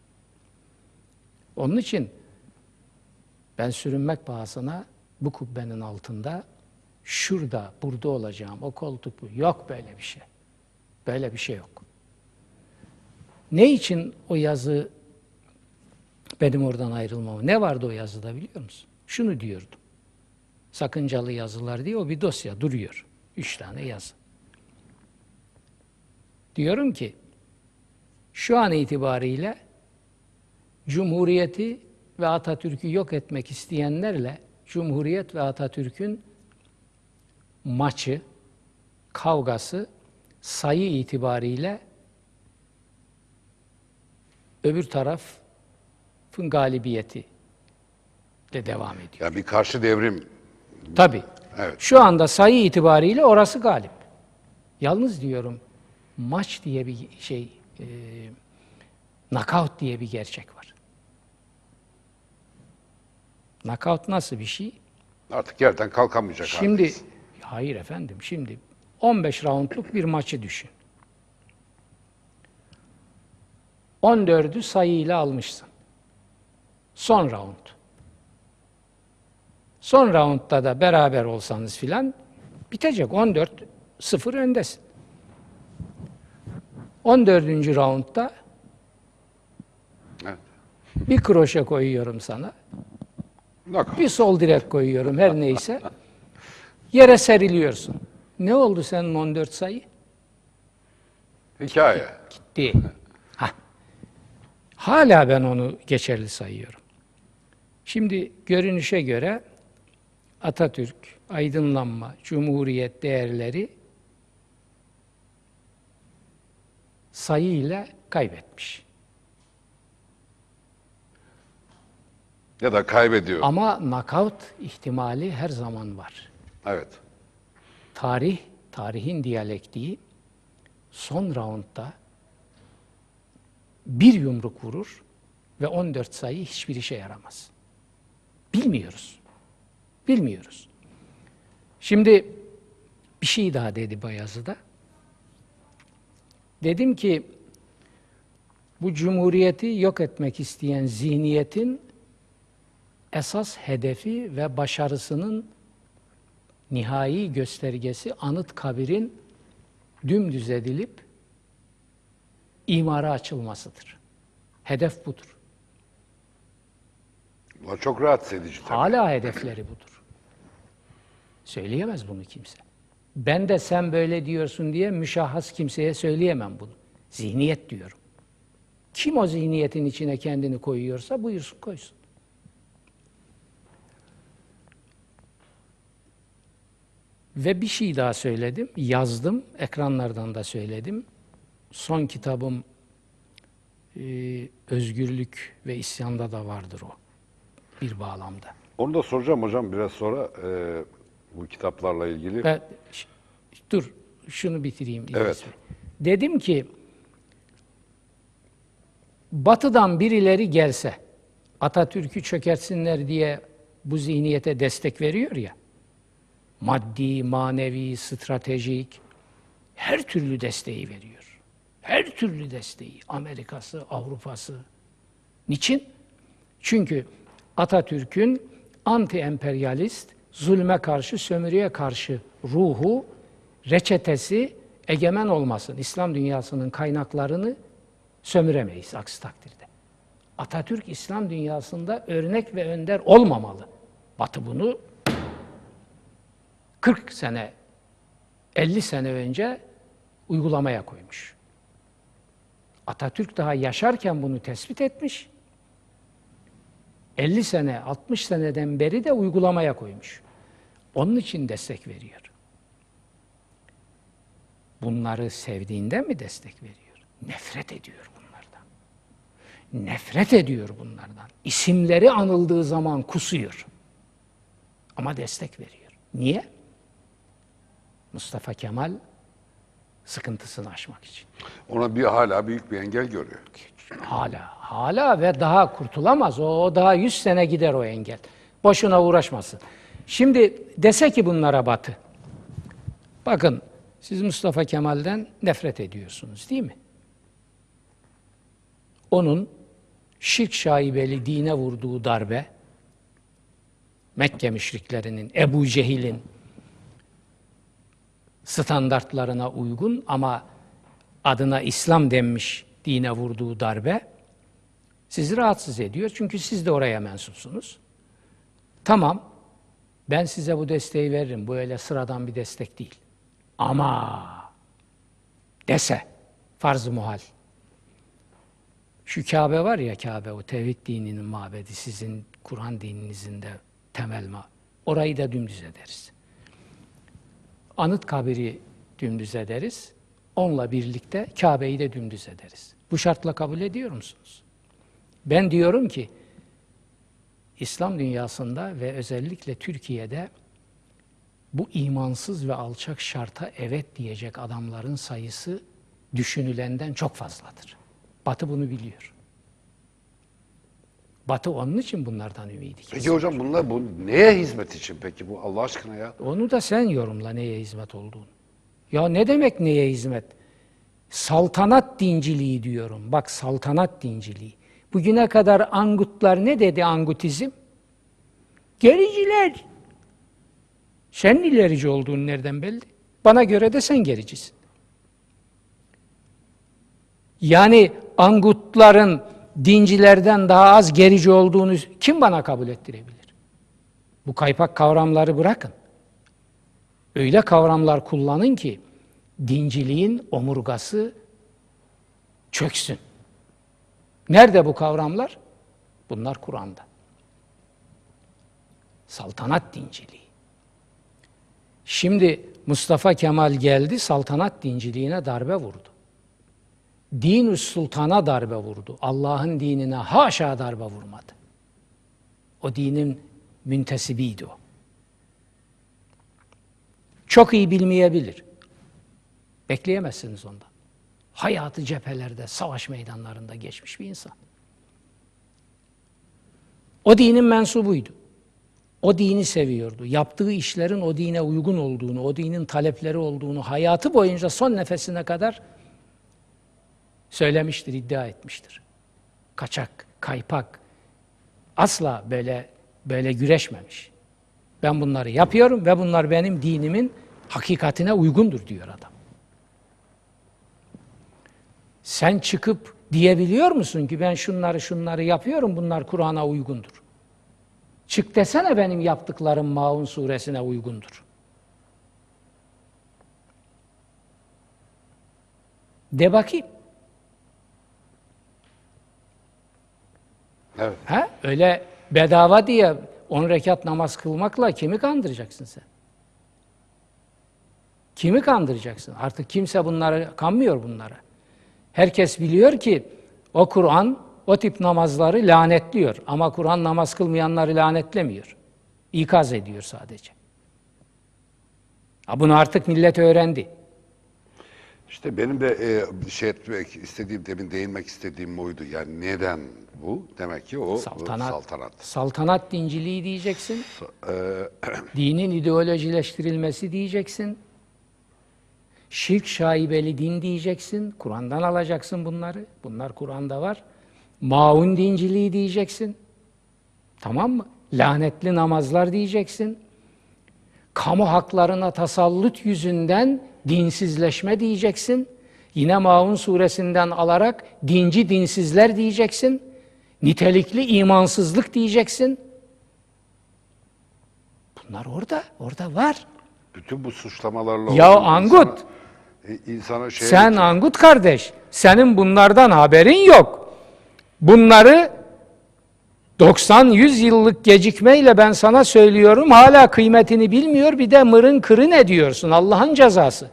Onun için ben sürünmek pahasına bu kubbenin altında şurada, burada olacağım, o koltuk bu. Yok böyle bir şey. Böyle bir şey yok. Ne için o yazı benim oradan ayrılmam? Ne vardı o yazıda biliyor musun? Şunu diyordum. Sakıncalı yazılar diye o bir dosya duruyor. Üç tane yazı. Diyorum ki şu an itibariyle Cumhuriyeti ve Atatürk'ü yok etmek isteyenlerle Cumhuriyet ve Atatürk'ün maçı, kavgası sayı itibariyle öbür tarafın galibiyeti de devam ediyor. Yani bir karşı devrim. Tabii. Evet. Şu anda sayı itibariyle orası galip. Yalnız diyorum maç diye bir şey, e, knockout diye bir gerçek var. Knockout nasıl bir şey? Artık yerden kalkamayacak Şimdi, haldeyiz. hayır efendim, şimdi on beş roundluk bir maçı düşün. on dördü sayıyla almışsın. Son round. Son roundda da beraber olsanız filan bitecek. on dört sıfır öndesin. on dördüncü roundda Evet. bir kroşe koyuyorum sana. Knockout. Bir sol direk koyuyorum her neyse. Yere seriliyorsun. Ne oldu senin on dört sayı? Hikaye. Gitti. Hah. Hala ben onu geçerli sayıyorum. Şimdi görünüşe göre Atatürk, aydınlanma, cumhuriyet değerleri sayı ile kaybetmiş. Ya da kaybediyor. Ama knockout ihtimali her zaman var. Evet. Tarih, tarihin diyalektiği son roundda bir yumruk vurur ve on dört sayı hiçbir işe yaramaz. Bilmiyoruz. Bilmiyoruz. Şimdi bir şey daha dedi Bayazı'da. Dedim ki bu cumhuriyeti yok etmek isteyen zihniyetin esas hedefi ve başarısının nihai göstergesi Anıtkabir'in dümdüz edilip imara açılmasıdır. Hedef budur. Bu çok rahatsız edici tabii. Hala hedefleri budur. Söyleyemez bunu kimse. Ben de sen böyle diyorsun diye müşahhas kimseye söyleyemem bunu. Zihniyet diyorum. Kim o zihniyetin içine kendini koyuyorsa buyursun koysun. Ve bir şey daha söyledim, yazdım, ekranlardan da söyledim. Son kitabım e, Özgürlük ve İsyan'da da vardır o, bir bağlamda. Onu da soracağım hocam biraz sonra e, bu kitaplarla ilgili. Ben, ş- dur, şunu bitireyim. İdris Evet. Bey. Dedim ki, Batı'dan birileri gelse, Atatürk'ü çökertsinler diye bu zihniyete destek veriyor ya, maddi, manevi, stratejik, her türlü desteği veriyor. Her türlü desteği. Amerika'sı, Avrupa'sı. Niçin? Çünkü Atatürk'ün anti-emperyalist, zulme karşı, sömürüye karşı ruhu, reçetesi egemen olmasın. İslam dünyasının kaynaklarını sömüremeyiz aksi takdirde. Atatürk İslam dünyasında örnek ve önder olmamalı. Batı bunu kırk sene, elli sene önce uygulamaya koymuş. Atatürk daha yaşarken bunu tespit etmiş. elli sene, altmış seneden beri de uygulamaya koymuş. Onun için destek veriyor. Bunları sevdiğinden mi destek veriyor? Nefret ediyor bunlardan. Nefret ediyor bunlardan. İsimleri anıldığı zaman kusuyor. Ama destek veriyor. Niye? Mustafa Kemal sıkıntısını aşmak için. Ona bir hala büyük bir engel görüyor. Hala, hala ve daha kurtulamaz. O, o daha yüz sene gider o engel. Boşuna uğraşmasın. Şimdi dese ki bunlara Batı, bakın siz Mustafa Kemal'den nefret ediyorsunuz değil mi? onun şirk şaibeli dine vurduğu darbe, Mekke müşriklerinin, Ebu Cehil'in standartlarına uygun ama adına İslam denmiş dine vurduğu darbe sizi rahatsız ediyor. Çünkü siz de oraya mensupsunuz. Tamam, ben size bu desteği veririm. Bu öyle sıradan bir destek değil. Ama dese, farz-ı muhal. Şu Kabe var ya, Kabe, o tevhid dininin mabedi, sizin Kur'an dininizin de temel ma. Orayı da dümdüz ederiz. Anıtkabir'i dümdüz ederiz. Onunla birlikte Kabe'yi de dümdüz ederiz. Bu şartla kabul ediyor musunuz? Ben diyorum ki, İslam dünyasında ve özellikle Türkiye'de bu imansız ve alçak şarta evet diyecek adamların sayısı düşünülenden çok fazladır. Batı bunu biliyor. Batı onun için bunlardan ümidi kesiyor. Peki hocam bunlar bu neye hizmet için peki bu Allah aşkına ya? Onu da sen yorumla neye hizmet olduğunu. Ya ne demek neye hizmet? Saltanat dinciliği diyorum. Bak, saltanat dinciliği. Bugüne kadar angutlar ne dedi angutizm? Gericiler. Sen ilerici olduğunu nereden belli? Bana göre de sen gericisin. Yani angutların dincilerden daha az gerici olduğunu kim bana kabul ettirebilir? Bu kaypak kavramları bırakın. Öyle kavramlar kullanın ki dinciliğin omurgası çöksün. Nerede bu kavramlar? Bunlar Kur'an'da. Saltanat dinciliği. Şimdi Mustafa Kemal geldi, saltanat dinciliğine darbe vurdu. Din-ü sultana darbe vurdu. Allah'ın dinine haşa darbe vurmadı. O dinin müntesibiydi o. Çok iyi bilmeyebilir. Bekleyemezsiniz ondan. Hayatı cephelerde, savaş meydanlarında geçmiş bir insan. O dinin mensubuydu. O dini seviyordu. Yaptığı işlerin o dine uygun olduğunu, o dinin talepleri olduğunu hayatı boyunca son nefesine kadar söylemiştir, iddia etmiştir. Kaçak, kaypak, asla böyle böyle güreşmemiş. Ben bunları yapıyorum ve bunlar benim dinimin hakikatine uygundur diyor adam. Sen çıkıp diyebiliyor musun ki ben şunları şunları yapıyorum, bunlar Kur'an'a uygundur? Çık desene benim yaptıklarım Maun suresine uygundur. De bakayım. Evet. Ha? Öyle bedava diye on rekat namaz kılmakla kimi kandıracaksın sen? Kimi kandıracaksın? Artık kimse bunlara kanmıyor bunlara. Herkes biliyor ki o Kur'an o tip namazları lanetliyor. Ama Kur'an namaz kılmayanları lanetlemiyor. İkaz ediyor sadece. Ha, bunu artık millet öğrendi. İşte benim de e, şey etmek istediğim, demin değinmek istediğim oydu. Yani neden bu? Demek ki o Saltanat. saltanat. Saltanat dinciliği diyeceksin. Ee, Dinin ideolojileştirilmesi diyeceksin. Şirk şaibeli din diyeceksin. Kur'an'dan alacaksın bunları. Bunlar Kur'an'da var. Maun dinciliği diyeceksin. Tamam mı? Lanetli namazlar diyeceksin. Kamu haklarına tasallut yüzünden dinsizleşme diyeceksin. Yine Maun suresinden alarak dinci dinsizler diyeceksin. Nitelikli imansızlık diyeceksin. Bunlar orada, orada var. bütün bu suçlamalarla... Ya olan Angut, insana, insana şey sen Angut kardeş, senin bunlardan haberin yok. Bunları doksan yüz yıllık gecikmeyle ben sana söylüyorum, hala kıymetini bilmiyor, bir de mırın kırın ediyorsun, Allah'ın cezası.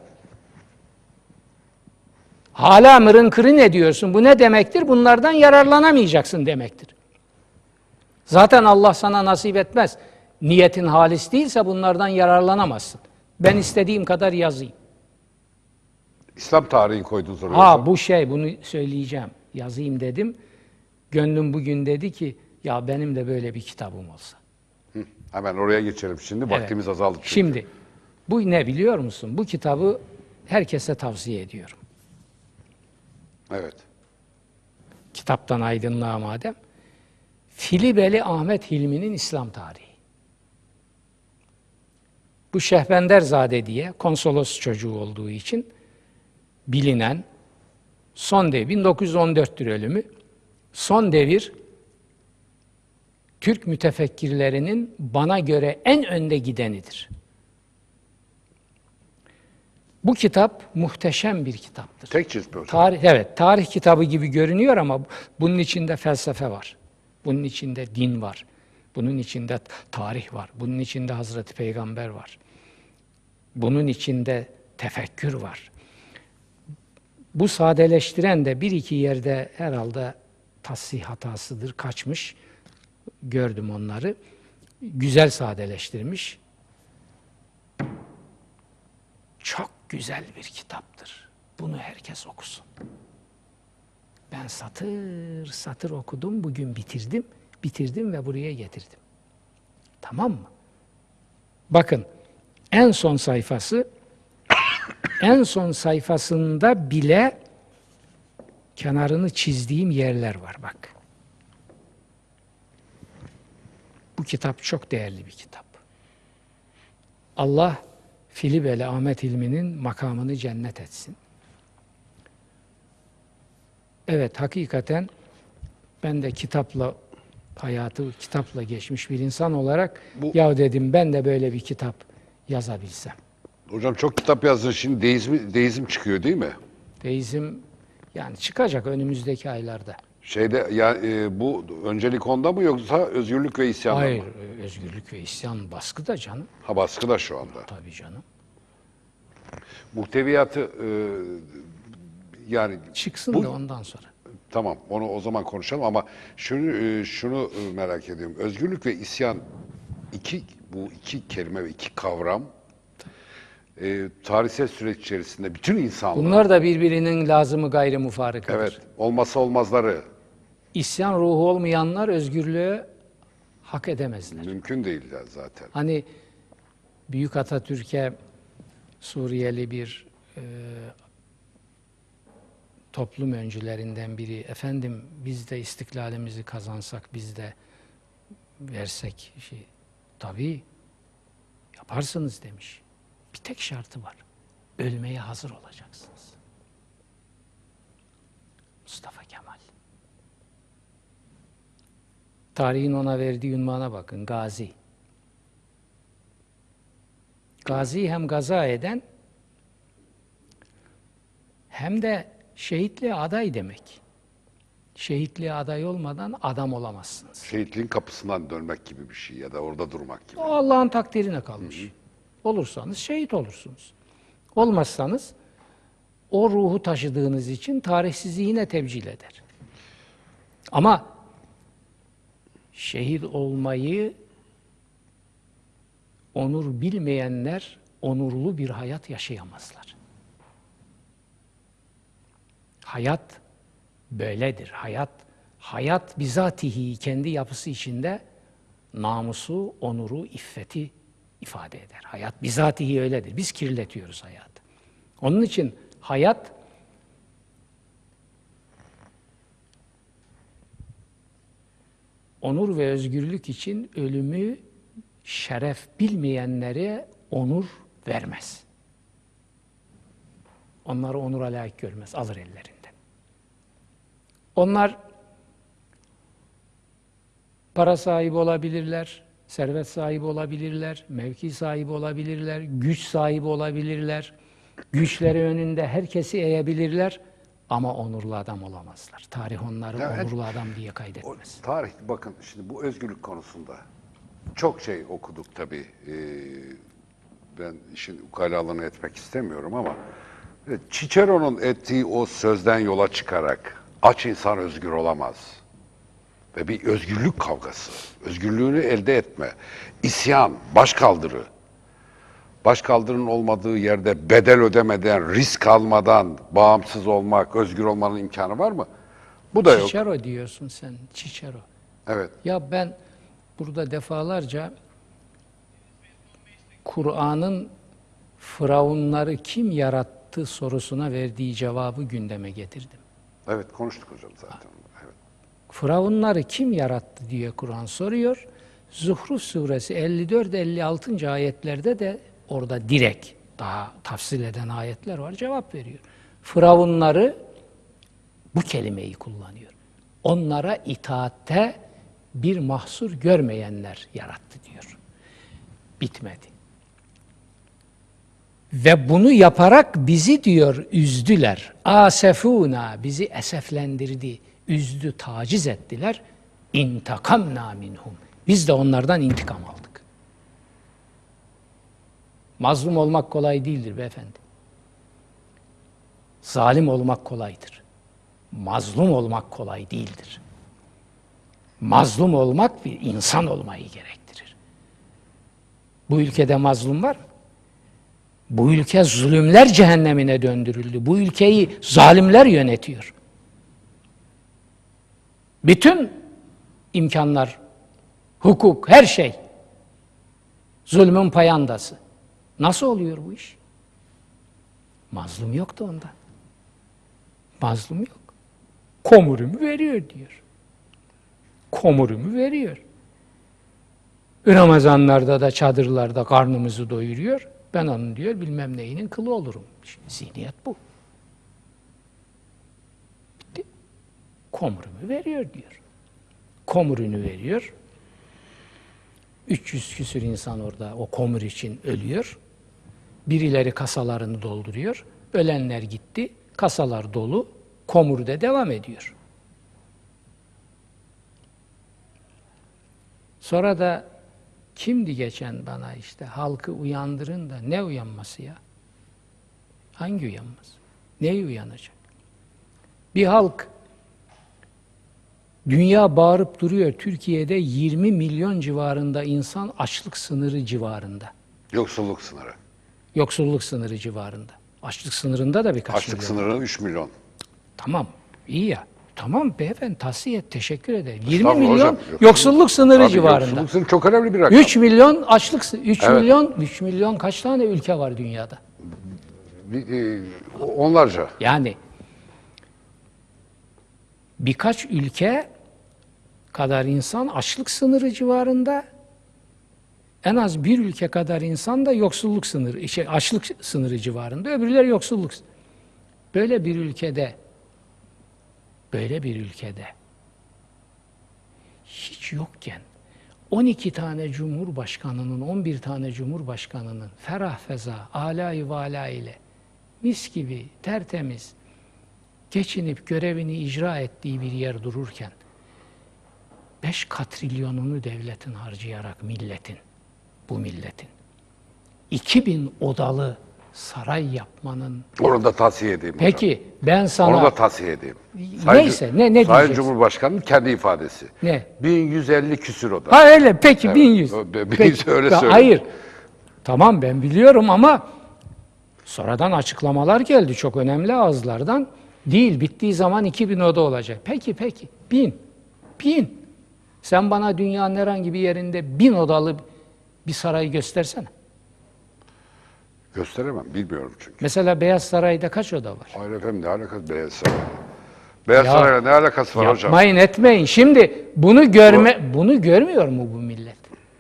Hala mırın kırın ediyorsun, bu ne demektir? Bunlardan yararlanamayacaksın demektir. Zaten Allah sana nasip etmez. Niyetin halis değilse bunlardan yararlanamazsın. Ben istediğim kadar yazayım. İslam tarihini koydunuz oraya. Ha bu şey, bunu söyleyeceğim. Yazayım dedim. Gönlüm bugün dedi ki, ya benim de böyle bir kitabım olsa. Hı, hemen oraya geçelim şimdi. Evet. Vaktimiz azaldı çünkü. Şimdi, bu ne biliyor musun? Bu kitabı herkese tavsiye ediyorum. Evet. kitaptan aydınlığa madem. Filibeli Ahmet Hilmi'nin İslam tarihi. Bu Şehbenderzade diye konsolos çocuğu olduğu için bilinen son devir, bin dokuz yüz on dörttür ölümü, son devir Türk mütefekkirlerinin bana göre en önde gidenidir. Bu kitap muhteşem bir kitaptır. Tek cilt mi hocam? Tarih, evet, tarih kitabı gibi görünüyor ama bunun içinde felsefe var. Bunun içinde din var. Bunun içinde tarih var. Bunun içinde Hazreti Peygamber var. Bunun içinde tefekkür var. Bu sadeleştiren de bir iki yerde herhalde tasih hatasıdır, kaçmış. Gördüm onları. Güzel sadeleştirmiş. Çok güzel bir kitaptır. Bunu herkes okusun. Ben satır satır okudum, bugün bitirdim. Bitirdim ve buraya getirdim. Tamam mı? Bakın, en son sayfası, en son sayfasında bile kenarını çizdiğim yerler var, bak. Bu kitap çok değerli bir kitap. Allah Filibeli Ahmet Hilmi'nin makamını cennet etsin. Evet, hakikaten ben de kitapla, hayatı kitapla geçmiş bir insan olarak Bu, ya dedim ben de böyle bir kitap yazabilsem. hocam çok kitap yazdın, şimdi deizm, deizm çıkıyor değil mi? Deizm yani çıkacak önümüzdeki aylarda. Şeyde ya e, bu öncelik onda mı yoksa özgürlük ve isyan mı? Hayır, özgürlük ve isyan baskıda canım. Ha, baskıda şu anda. Tabii canım. Muhteviyatı e, yani Çıksın bu, da ondan sonra. tamam, onu o zaman konuşalım ama şunu e, şunu e, merak ediyorum. Özgürlük ve isyan, iki bu iki kelime ve iki kavram e, tarihsel süreç içerisinde bütün insanlar, Bunlar da birbirinin lazımı gayrı mufarıkıdır. evet, olmazsa olmazları, İsyan ruhu olmayanlar özgürlüğü hak edemezler. mümkün değil ya zaten. Hani Büyük Atatürk'e Suriyeli bir e, toplum öncülerinden biri, efendim biz de istiklalimizi kazansak, biz de versek, şey, tabii yaparsınız demiş. Bir tek şartı var. Ölmeye hazır olacaksınız. Mustafa Kemal. Tarihin ona verdiği ünvana bakın, gazi. Gazi hem gaza eden hem de şehitliğe aday demek. Şehitliğe aday olmadan adam olamazsınız. Şehitliğin kapısından dönmek gibi bir şey ya da orada durmak gibi. O Allah'ın takdirine kalmış. Hı hı. Olursanız şehit olursunuz. Olmazsanız o ruhu taşıdığınız için tarih sizi yine tebcil eder. Ama şehit olmayı onur bilmeyenler onurlu bir hayat yaşayamazlar. Hayat böyledir. Hayat, hayat bizatihi kendi yapısı içinde namusu, onuru, iffeti ifade eder. Hayat bizatihi öyledir. Biz kirletiyoruz hayatı. Onun için hayat onur ve özgürlük için ölümü şeref bilmeyenlere onur vermez. Onları onura layık görmez, alır ellerinden. Onlar para sahibi olabilirler, servet sahibi olabilirler, mevki sahibi olabilirler, güç sahibi olabilirler, güçleri önünde herkesi eğebilirler ama onurlu adam olamazlar. Tarih onları Evet. onurlu adam diye kaydetmez. O, tarih, bakın şimdi bu özgürlük konusunda çok şey okuduk tabii. Ee, ben işin ukalalığını etmek istemiyorum ama Cicero'nun ettiği o sözden yola çıkarak aç insan özgür olamaz. Ve bir özgürlük kavgası, özgürlüğünü elde etme, isyan, başkaldırı. Başkaldırının olmadığı yerde bedel ödemeden, risk almadan bağımsız olmak, özgür olmanın imkanı var mı? Bu da yok. Cicero diyorsun sen, Cicero. Evet. Ya ben burada defalarca Kur'an'ın Firavunları kim yarattı sorusuna verdiği cevabı gündeme getirdim. Evet, konuştuk hocam zaten. Evet. Firavunları kim yarattı diye Kur'an soruyor. Zuhruf suresi elli dört elli altı. ayetlerde de orada direkt daha tafsil eden ayetler var, cevap veriyor. Firavunları bu kelimeyi kullanıyor. Onlara itaatte bir mahsur görmeyenler yarattı diyor. Bitmedi. Ve bunu yaparak bizi diyor üzdüler. Asefuna, bizi eseflendirdi, üzdü, taciz ettiler. İntakamna minhum. Biz de onlardan intikam aldık. Mazlum olmak kolay değildir beyefendi. Zalim olmak kolaydır. Mazlum olmak kolay değildir. Mazlum olmak bir insan olmayı gerektirir. Bu ülkede mazlum var mı? Bu ülke zulümler cehennemine döndürüldü. Bu ülkeyi zalimler yönetiyor. Bütün imkanlar, hukuk, her şey zulmün payandası. Nasıl oluyor bu iş? Mazlum yoktu onda. Mazlum yok. Komurumu veriyor diyor. Komurumu veriyor. Ramazanlarda da çadırlarda karnımızı doyuruyor. Ben onun diyor bilmem neyinin kılı olurum. Şimdi zihniyet bu. Bitti. Komurumu veriyor diyor. Komurunu veriyor. üç yüz küsür insan orada o komur için ölüyor. Birileri kasalarını dolduruyor. Ölenler gitti. Kasalar dolu. Komur da devam ediyor. Sonra da kimdi geçen bana işte halkı uyandırın da ne uyanması ya? Hangi uyanması? Neyi uyanacak? Bir halk dünya bağırıp duruyor. Türkiye'de yirmi milyon civarında insan açlık sınırı civarında. Yoksulluk sınırı. Yoksulluk sınırı civarında. Açlık sınırında da birkaç Açlık milyon. sınırı üç milyon. Tamam. İyi ya. Tamam beyefendi tahsiye et. Teşekkür ederim. yirmi Estağfurullah milyon hocam, yoksulluk, yoksulluk sınırı Tabii civarında. Yoksulluk sınırı çok önemli bir rakam. üç milyon açlık sı- üç Evet. milyon üç milyon kaç tane ülke var dünyada? Bir- e, Onlarca. Yani birkaç ülke kadar insan açlık sınırı civarında, en az bir ülke kadar insan da yoksulluk sınırı, şey, açlık sınırı civarında, öbürleri yoksulluk. Böyle bir ülkede, böyle bir ülkede hiç yokken on iki tane cumhurbaşkanının, on bir tane cumhurbaşkanının ferah feza, âlâ-i vâlâ ile mis gibi, tertemiz, geçinip görevini icra ettiği bir yer dururken beş katrilyonunu devletin harcayarak milletin, bu milletin iki bin odalı saray yapmanın... Onu da tavsiye edeyim hocam. Peki ben sana... Onu da tavsiye edeyim. Neyse, ne, ne Sayın diyeceksin? Cumhurbaşkanı'nın kendi ifadesi. Ne? bin yüz elli küsür oda. Ha öyle, peki Evet, bin yüz. o- bin Peki, yüz öyle ya, söyledi. hayır, tamam ben biliyorum ama sonradan açıklamalar geldi çok önemli ağızlardan. Değil, bittiği zaman iki bin oda olacak. Peki, peki, bin, bin. Sen bana dünyanın herhangi bir yerinde bin odalı bir sarayı göstersene. Gösteremem, bilmiyorum çünkü. Mesela Beyaz Saray'da kaç oda var? Hayır efendim, ne alakası Beyaz Saray'la? Beyaz Ya, Saray'la ne alakası var hocam? Yapmayın etmeyin. Şimdi bunu görme, bunu görmüyor mu bu millet?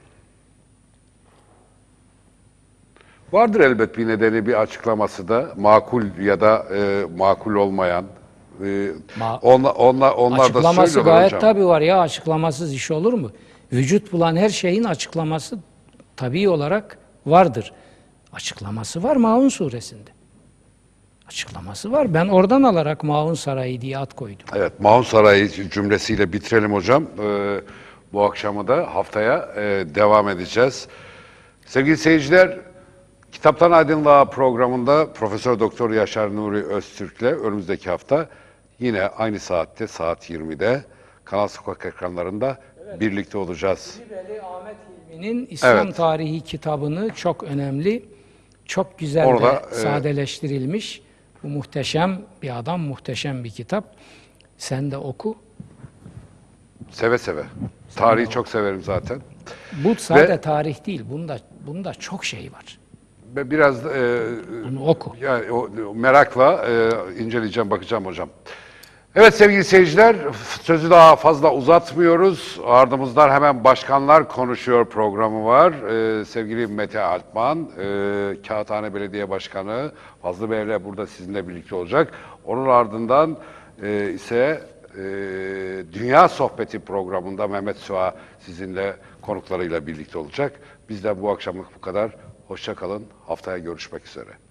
Vardır elbet bir nedeni, bir açıklaması da makul ya da e, makul olmayan. E, Ma- onla, onla, onlar da Açıklaması söylüyorlar gayet hocam. tabii var ya, açıklamasız iş olur mu? Vücut bulan her şeyin açıklaması tabii olarak vardır. Açıklaması var Maun suresinde. Açıklaması var. Ben oradan alarak Maun Sarayı diye ad koydum. Evet, Mahun Sarayı cümlesiyle bitirelim hocam. Ee, bu akşamı da haftaya e, devam edeceğiz. Sevgili seyirciler, Kitaptan Aydınlığa programında Profesör Doktor Yaşar Nuri Öztürk'le önümüzdeki hafta yine aynı saatte, saat yirmide Kanal Sokak ekranlarında birlikte olacağız. Veli Ahmet Hilmi'nin İslam Evet. Tarihi kitabını çok önemli, çok güzel Orada, ve e, sadeleştirilmiş. Bu muhteşem bir adam, muhteşem bir kitap. Sen de oku. Seve seve. Tarihi çok severim zaten. Bu sadece Ve- tarih değil, bunda bunda çok şey var. Ve biraz e, Bunu oku. yani o, o merakla e, inceleyeceğim, bakacağım hocam. Evet sevgili seyirciler, sözü daha fazla uzatmıyoruz. Ardımızdan hemen Başkanlar Konuşuyor programı var. Ee, sevgili Mete Alpman, e, Kağıthane Belediye Başkanı Fazlı Bey'le burada sizinle birlikte olacak. Onun ardından e, ise e, Dünya Sohbeti programında Mehmet Suha sizinle konuklarıyla birlikte olacak. Bizden bu akşamlık bu kadar. Hoşça kalın. Haftaya görüşmek üzere.